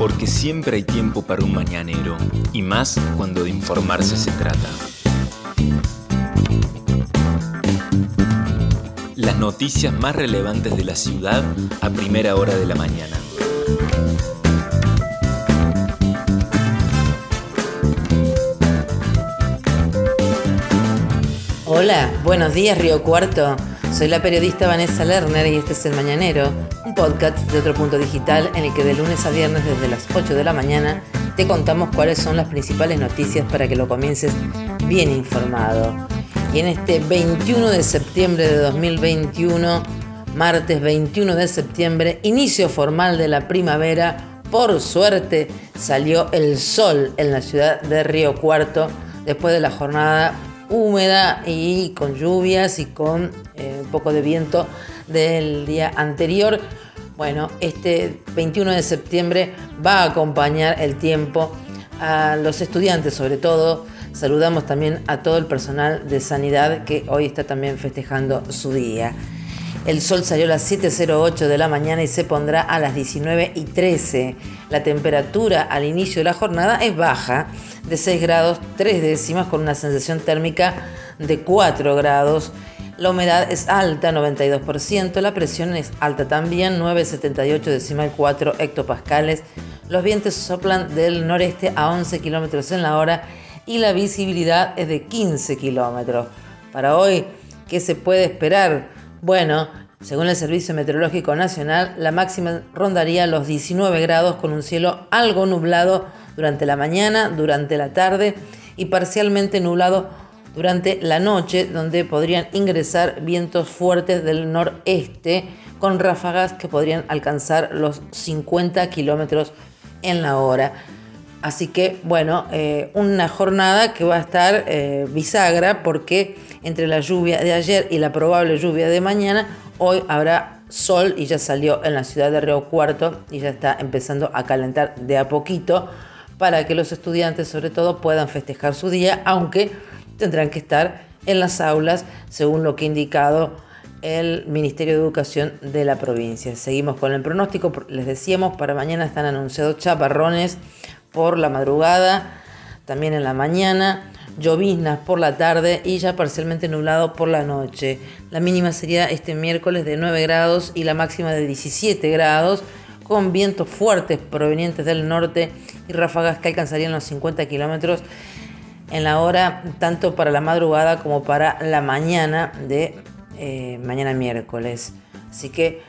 Porque siempre hay tiempo para un mañanero, y más cuando de informarse se trata. Las noticias más relevantes de la ciudad a primera hora de la mañana. Hola, buenos días Río Cuarto. Soy la periodista Vanessa Lerner y este es El Mañanero, un podcast de Otro Punto Digital en el que de lunes a viernes desde las 8 de la mañana te contamos cuáles son las principales noticias para que lo comiences bien informado. Y en este 21 de septiembre de 2021, martes 21 de septiembre, inicio formal de la primavera, por suerte salió el sol en la ciudad de Río Cuarto después de la jornada húmeda y con lluvias y con un poco de viento del día anterior. Bueno, este 21 de septiembre va a acompañar el tiempo a los estudiantes, sobre todo. Saludamos también a todo el personal de sanidad que hoy está también festejando su día. El sol salió a las 7:08 de la mañana y se pondrá a las 19:13. La temperatura al inicio de la jornada es baja, de 6 grados 3 décimas, con una sensación térmica de 4 grados. La humedad es alta, 92%. La presión es alta también, 9,78 hectopascales. Los vientos soplan del noreste a 11 kilómetros en la hora y la visibilidad es de 15 kilómetros. Para hoy, ¿qué se puede esperar? Bueno, según el Servicio Meteorológico Nacional, la máxima rondaría los 19 grados con un cielo algo nublado durante la mañana, durante la tarde y parcialmente nublado durante la noche, donde podrían ingresar vientos fuertes del noreste con ráfagas que podrían alcanzar los 50 kilómetros en la hora. Así que, bueno, una jornada que va a estar bisagra porque entre la lluvia de ayer y la probable lluvia de mañana, hoy habrá sol y ya salió en la ciudad de Río Cuarto y ya está empezando a calentar de a poquito para que los estudiantes sobre todo puedan festejar su día, aunque tendrán que estar en las aulas según lo que ha indicado el Ministerio de Educación de la provincia. Seguimos con el pronóstico, les decíamos, para mañana están anunciados chaparrones por la madrugada, también en la mañana, lloviznas por la tarde y ya parcialmente nublado por la noche. La mínima sería este miércoles de 9 grados y la máxima de 17 grados, con vientos fuertes provenientes del norte y ráfagas que alcanzarían los 50 kilómetros en la hora, tanto para la madrugada como para la mañana de mañana miércoles. Así que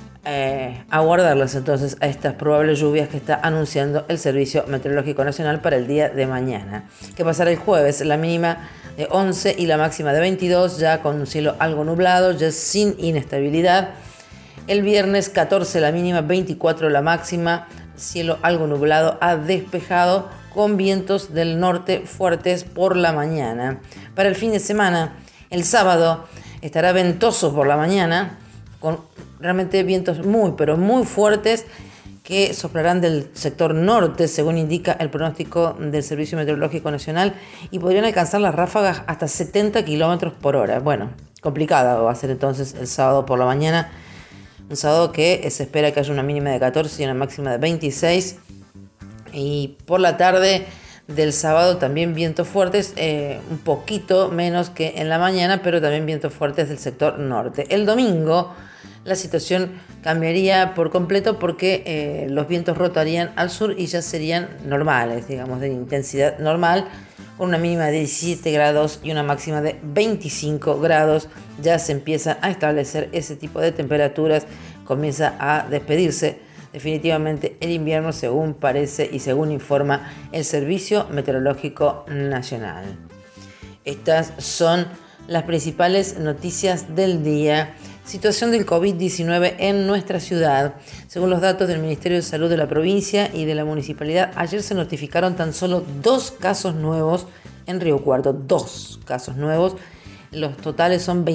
aguardarlas entonces a estas probables lluvias que está anunciando el Servicio Meteorológico Nacional para el día de mañana. ¿Qué pasará el jueves? La mínima de 11 y la máxima de 22, ya con un cielo algo nublado, ya sin inestabilidad. El viernes 14 la mínima, 24 la máxima, cielo algo nublado a despejado, con vientos del norte fuertes por la mañana. Para el fin de semana, el sábado estará ventoso por la mañana, con realmente vientos pero muy fuertes que soplarán del sector norte, según indica el pronóstico del Servicio Meteorológico Nacional, y podrían alcanzar las ráfagas hasta 70 kilómetros por hora. Bueno, complicada va a ser entonces el sábado por la mañana, un sábado que se espera que haya una mínima de 14 y una máxima de 26, y por la tarde del sábado también vientos fuertes, un poquito menos que en la mañana, pero también vientos fuertes del sector norte. El domingo la situación cambiaría por completo porque los vientos rotarían al sur y ya serían normales, digamos, de intensidad normal, con una mínima de 17 grados y una máxima de 25 grados. Ya se empieza a establecer ese tipo de temperaturas, comienza a despedirse definitivamente el invierno, según parece y según informa el Servicio Meteorológico Nacional. Estas son las principales noticias del día. Situación del COVID-19 en nuestra ciudad. Según los datos del Ministerio de Salud de la provincia y de la municipalidad, ayer se notificaron tan solo 2 casos nuevos en Río Cuarto. 2 casos nuevos. Los totales son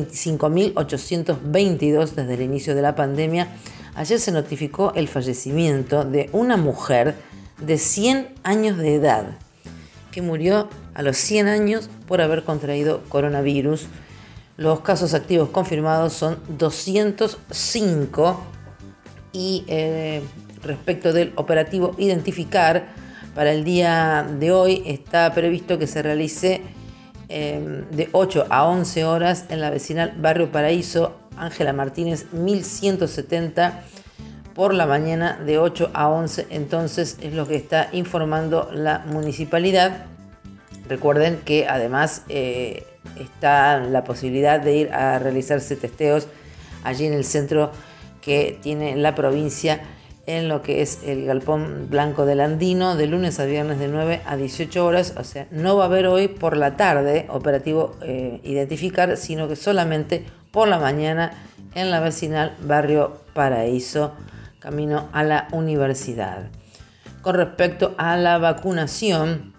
25.822 desde el inicio de la pandemia. Ayer se notificó el fallecimiento de una mujer de 100 años de edad que murió a los 100 años por haber contraído coronavirus. Los casos activos confirmados son 205 Y respecto del operativo Identificar, para el día de hoy está previsto que se realice de 8 a 11 horas en la vecinal Barrio Paraíso, Ángela Martínez 1170, por la mañana de 8 a 11. Entonces es lo que está informando la municipalidad. Recuerden que además está la posibilidad de ir a realizarse testeos allí en el centro que tiene la provincia, en lo que es el Galpón Blanco del Andino, de lunes a viernes de 9 a 18 horas. O sea, no va a haber hoy por la tarde operativo Identificar, sino que solamente por la mañana en la vecinal Barrio Paraíso, camino a la universidad. Con respecto a la vacunación,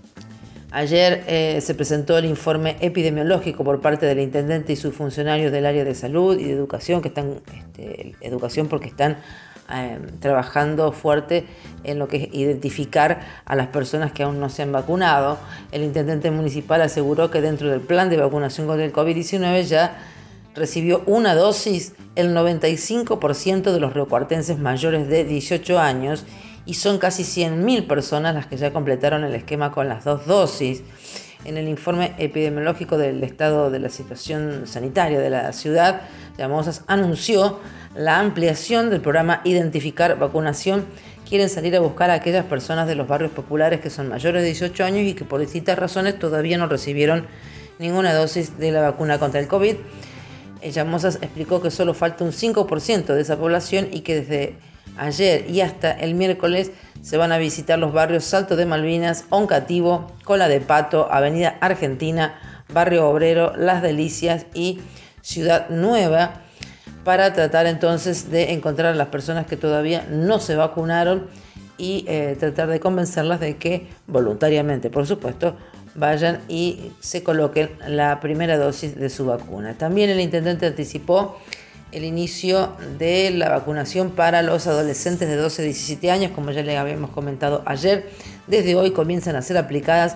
ayer se presentó el informe epidemiológico por parte del intendente y sus funcionarios del área de salud y de educación, que están porque están trabajando fuerte en lo que es identificar a las personas que aún no se han vacunado. El intendente municipal aseguró que dentro del plan de vacunación contra el COVID-19 ya recibió una dosis el 95% de los riocuartenses mayores de 18 años y son casi 100.000 personas las que ya completaron el esquema con las 2 dosis. En el informe epidemiológico del estado de la situación sanitaria de la ciudad, Llamosas anunció la ampliación del programa Identificar Vacunación. Quieren salir a buscar a aquellas personas de los barrios populares que son mayores de 18 años y que por distintas razones todavía no recibieron ninguna dosis de la vacuna contra el COVID. Llamosas explicó que solo falta un 5% de esa población y que desde ayer y hasta el miércoles se van a visitar los barrios Salto de Malvinas, Oncativo, Cola de Pato, Avenida Argentina, Barrio Obrero, Las Delicias y Ciudad Nueva, para tratar entonces de encontrar a las personas que todavía no se vacunaron y tratar de convencerlas de que voluntariamente, por supuesto, vayan y se coloquen la primera dosis de su vacuna. También el intendente anticipó el inicio de la vacunación para los adolescentes de 12 a 17 años, como ya les habíamos comentado ayer. Desde hoy comienzan a ser aplicadas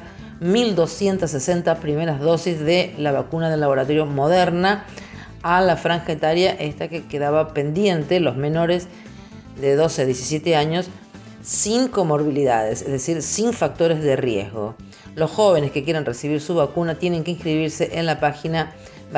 1.260 primeras dosis de la vacuna del laboratorio Moderna a la franja etaria esta que quedaba pendiente, los menores de 12 a 17 años sin comorbilidades, es decir, sin factores de riesgo. Los jóvenes que quieran recibir su vacuna tienen que inscribirse en la página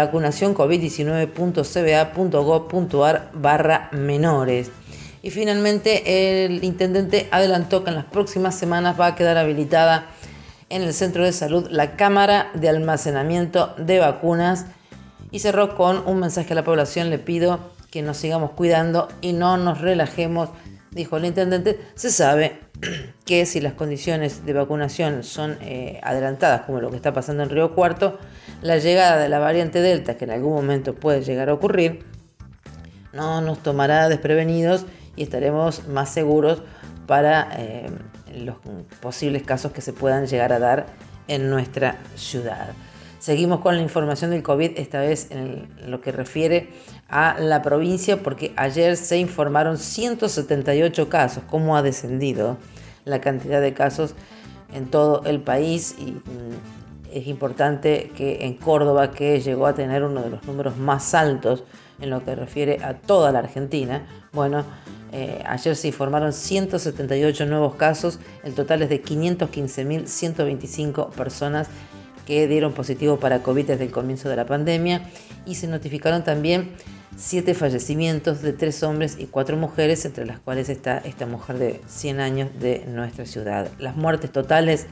vacunacioncovid19.cba.gov.ar/menores. Y finalmente el intendente adelantó que en las próximas semanas va a quedar habilitada en el centro de salud la cámara de almacenamiento de vacunas y cerró con un mensaje a la población: le pido que nos sigamos cuidando y no nos relajemos, dijo el intendente. Se sabe que si las condiciones de vacunación son adelantadas, como lo que está pasando en Río Cuarto, la llegada de la variante Delta, que en algún momento puede llegar a ocurrir, no nos tomará desprevenidos y estaremos más seguros para los posibles casos que se puedan llegar a dar en nuestra ciudad. Seguimos con la información del COVID, esta vez en lo que refiere a la provincia, porque ayer se informaron 178 casos. ¿Cómo ha descendido la cantidad de casos en todo el país? Y es importante que en Córdoba, que llegó a tener uno de los números más altos en lo que refiere a toda la Argentina, ayer se informaron 178 nuevos casos. El total es de 515.125 personas que dieron positivo para COVID desde el comienzo de la pandemia, y se notificaron también 7 fallecimientos de 3 hombres y 4 mujeres, entre las cuales está esta mujer de 100 años de nuestra ciudad. Las muertes totales,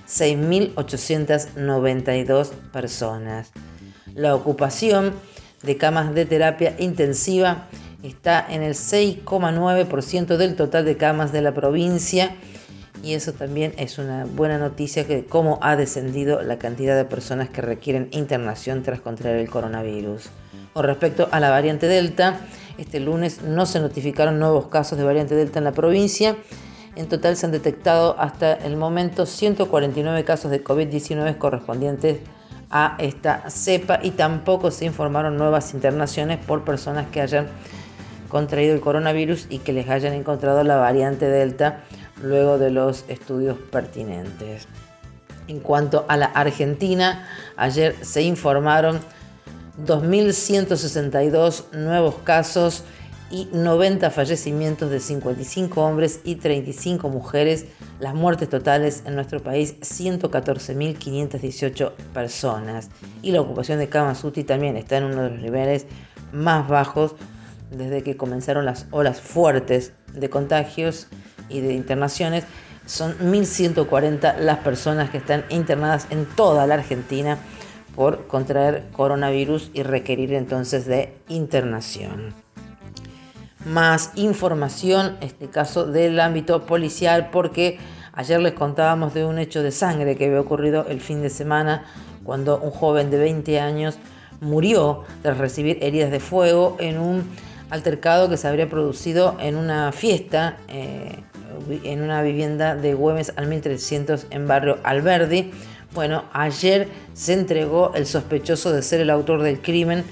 6.892 personas. La ocupación de camas de terapia intensiva está en el 6,9% del total de camas de la provincia, y eso también es una buena noticia, que cómo ha descendido la cantidad de personas que requieren internación tras contraer el coronavirus. Con respecto a la variante Delta, este lunes no se notificaron nuevos casos de variante Delta en la provincia. En total se han detectado hasta el momento 149 casos de COVID-19 correspondientes a esta cepa, y tampoco se informaron nuevas internaciones por personas que hayan contraído el coronavirus y que les hayan encontrado la variante Delta luego de los estudios pertinentes. En cuanto a la Argentina, ayer se informaron 2.162 nuevos casos y 90 fallecimientos de 55 hombres y 35 mujeres. Las muertes totales en nuestro país, 114.518 personas. Y la ocupación de camas UTI también está en uno de los niveles más bajos desde que comenzaron las olas fuertes de contagios y de internaciones. Son 1.140 las personas que están internadas en toda la Argentina por contraer coronavirus y requerir entonces de internación. Más información, este caso del ámbito policial, porque ayer les contábamos de un hecho de sangre que había ocurrido el fin de semana cuando un joven de 20 años murió tras recibir heridas de fuego en un altercado que se habría producido en una fiesta en una vivienda de Güemes al 1300 en barrio Alberdi. Bueno, ayer se entregó el sospechoso de ser el autor del crimen.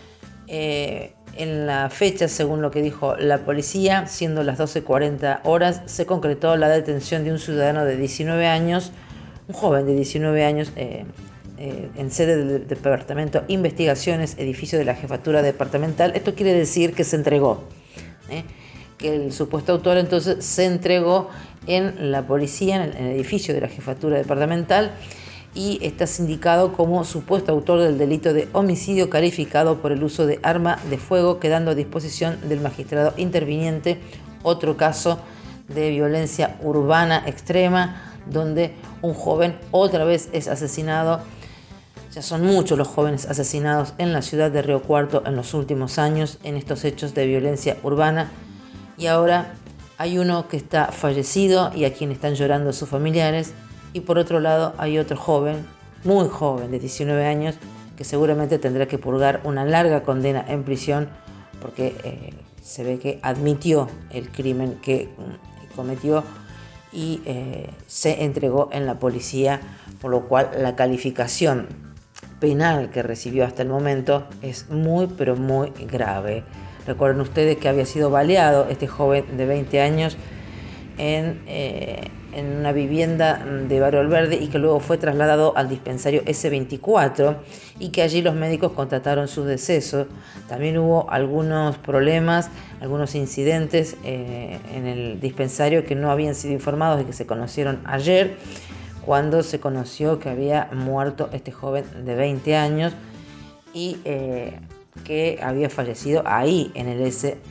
En la fecha, según lo que dijo la policía, siendo las 12:40 horas, se concretó la detención de un ciudadano de 19 años, un joven de 19 años, en sede del Departamento Investigaciones, edificio de la Jefatura Departamental. Esto quiere decir que se entregó, que el supuesto autor entonces se entregó en la policía, en el edificio de la Jefatura Departamental, y está sindicado como supuesto autor del delito de homicidio calificado por el uso de arma de fuego, quedando a disposición del magistrado interviniente. Otro caso de violencia urbana extrema, donde un joven otra vez es asesinado. Ya son muchos los jóvenes asesinados en la ciudad de Río Cuarto en los últimos años en estos hechos de violencia urbana, y ahora hay uno que está fallecido y a quien están llorando sus familiares. Y por otro lado hay otro joven, muy joven, de 19 años, que seguramente tendrá que purgar una larga condena en prisión porque se ve que admitió el crimen que cometió y se entregó en la policía, por lo cual la calificación penal que recibió hasta el momento es muy, pero muy grave. Recuerden ustedes que había sido baleado este joven de 20 años en una vivienda de Barrio Alberdi y que luego fue trasladado al dispensario S24 y que allí los médicos constataron su deceso. También hubo algunos problemas, algunos incidentes en el dispensario que no habían sido informados y que se conocieron ayer, cuando se conoció que había muerto este joven de 20 años y que había fallecido ahí en el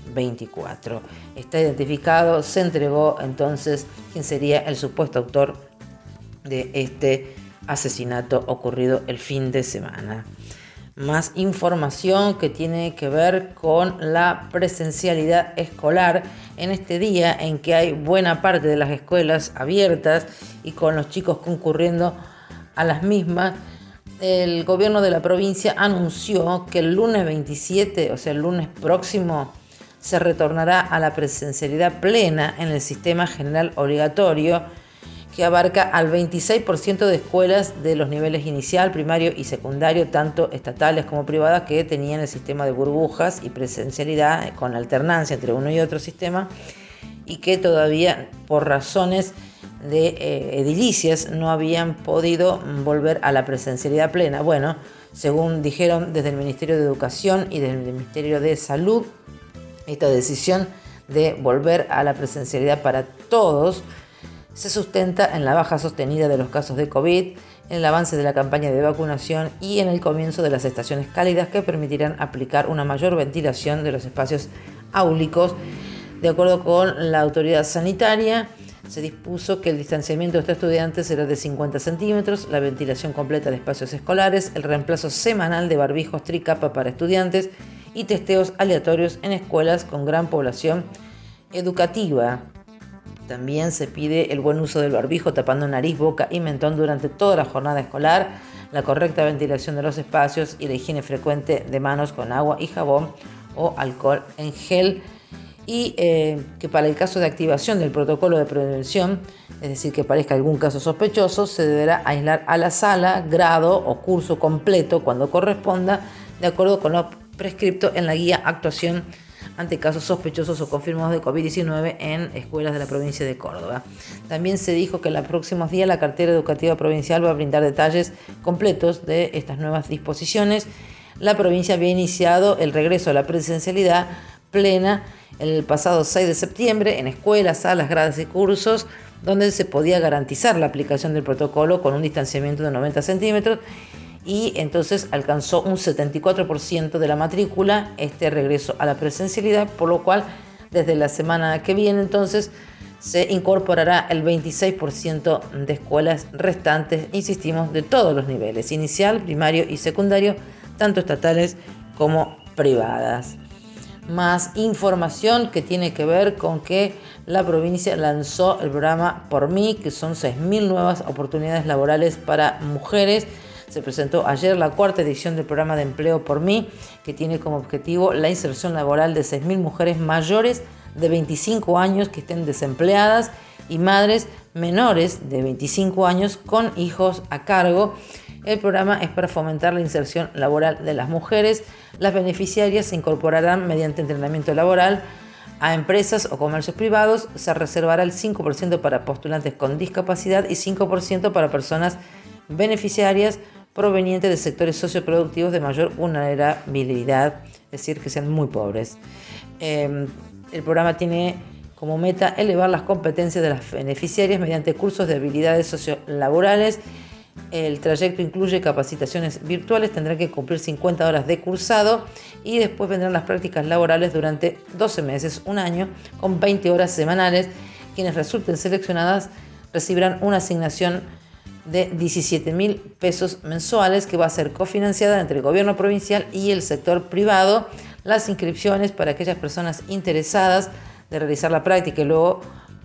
S24. Está identificado, se entregó entonces quién sería el supuesto autor de este asesinato ocurrido el fin de semana. Más información que tiene que ver con la presencialidad escolar en este día en que hay buena parte de las escuelas abiertas y con los chicos concurriendo a las mismas. El gobierno de la provincia anunció que el lunes 27, o sea, el lunes próximo, se retornará a la presencialidad plena en el sistema general obligatorio, que abarca al 26% de escuelas de los niveles inicial, primario y secundario, tanto estatales como privadas, que tenían el sistema de burbujas y presencialidad con alternancia entre uno y otro sistema, y que todavía, por razones de edilicias, no habían podido volver a la presencialidad plena. Bueno, según dijeron desde el Ministerio de Educación y desde el Ministerio de Salud, esta decisión de volver a la presencialidad para todos se sustenta en la baja sostenida de los casos de COVID, en el avance de la campaña de vacunación y en el comienzo de las estaciones cálidas que permitirán aplicar una mayor ventilación de los espacios áulicos. De acuerdo con la autoridad sanitaria, se dispuso que el distanciamiento entre estudiantes será de 50 centímetros, la ventilación completa de espacios escolares, el reemplazo semanal de barbijos tricapa para estudiantes y testeos aleatorios en escuelas con gran población educativa. También se pide el buen uso del barbijo tapando nariz, boca y mentón durante toda la jornada escolar, la correcta ventilación de los espacios y la higiene frecuente de manos con agua y jabón o alcohol en gel. Y que para el caso de activación del protocolo de prevención, es decir, que parezca algún caso sospechoso, se deberá aislar a la sala, grado o curso completo cuando corresponda, de acuerdo con lo prescripto en la guía Actuación ante casos sospechosos o confirmados de COVID-19 en escuelas de la provincia de Córdoba. También se dijo que en los próximos días la cartera educativa provincial va a brindar detalles completos de estas nuevas disposiciones. La provincia había iniciado el regreso a la presencialidad plena el pasado 6 de septiembre en escuelas, salas, gradas y cursos, donde se podía garantizar la aplicación del protocolo con un distanciamiento de 90 centímetros y entonces alcanzó un 74% de la matrícula este regreso a la presencialidad, por lo cual desde la semana que viene entonces se incorporará el 26% de escuelas restantes, insistimos, de todos los niveles, inicial, primario y secundario, tanto estatales como privadas. Más información que tiene que ver con que la provincia lanzó el programa Por Mí, que son 6.000 nuevas oportunidades laborales para mujeres. Se presentó ayer la cuarta edición del programa de empleo Por Mí, que tiene como objetivo la inserción laboral de 6.000 mujeres mayores de 25 años que estén desempleadas y madres menores de 25 años con hijos a cargo. El programa es para fomentar la inserción laboral de las mujeres. Las beneficiarias se incorporarán mediante entrenamiento laboral a empresas o comercios privados. Se reservará el 5% para postulantes con discapacidad y 5% para personas beneficiarias provenientes de sectores socioproductivos de mayor vulnerabilidad, es decir, que sean muy pobres. El programa tiene como meta elevar las competencias de las beneficiarias mediante cursos de habilidades sociolaborales. El trayecto incluye capacitaciones virtuales, tendrán que cumplir 50 horas de cursado y después vendrán las prácticas laborales durante 12 meses, un año, con 20 horas semanales. Quienes resulten seleccionadas recibirán una asignación de 17.000 pesos mensuales que va a ser cofinanciada entre el gobierno provincial y el sector privado. Las inscripciones para aquellas personas interesadas de realizar la práctica y luego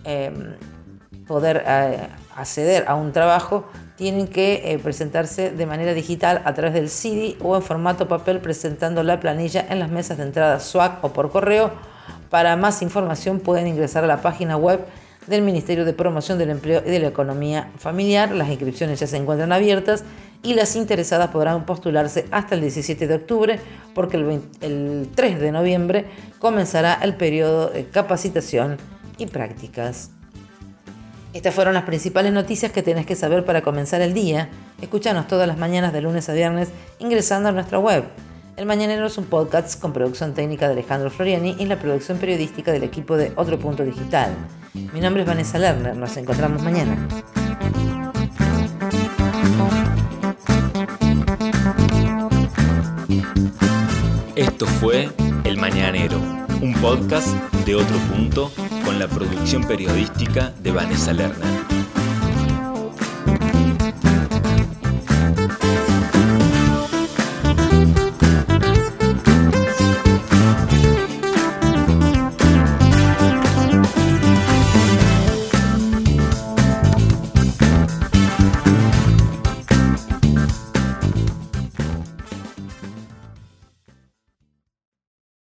poder acceder a un trabajo tienen que presentarse de manera digital a través del CD o en formato papel presentando la planilla en las mesas de entrada SUAC o por correo. Para más información pueden ingresar a la página web del Ministerio de Promoción del Empleo y de la Economía Familiar. Las inscripciones ya se encuentran abiertas y las interesadas podrán postularse hasta el 17 de octubre porque el 3 de noviembre comenzará el periodo de capacitación y prácticas. Estas fueron las principales noticias que tenés que saber para comenzar el día. Escúchanos todas las mañanas de lunes a viernes ingresando a nuestra web. El Mañanero es un podcast con producción técnica de Alejandro Floriani y la producción periodística del equipo de Otro Punto Digital. Mi nombre es Vanessa Lerner. Nos encontramos mañana. Esto fue El Mañanero, un podcast de Otro Punto con la producción periodística de Vanessa Lerner.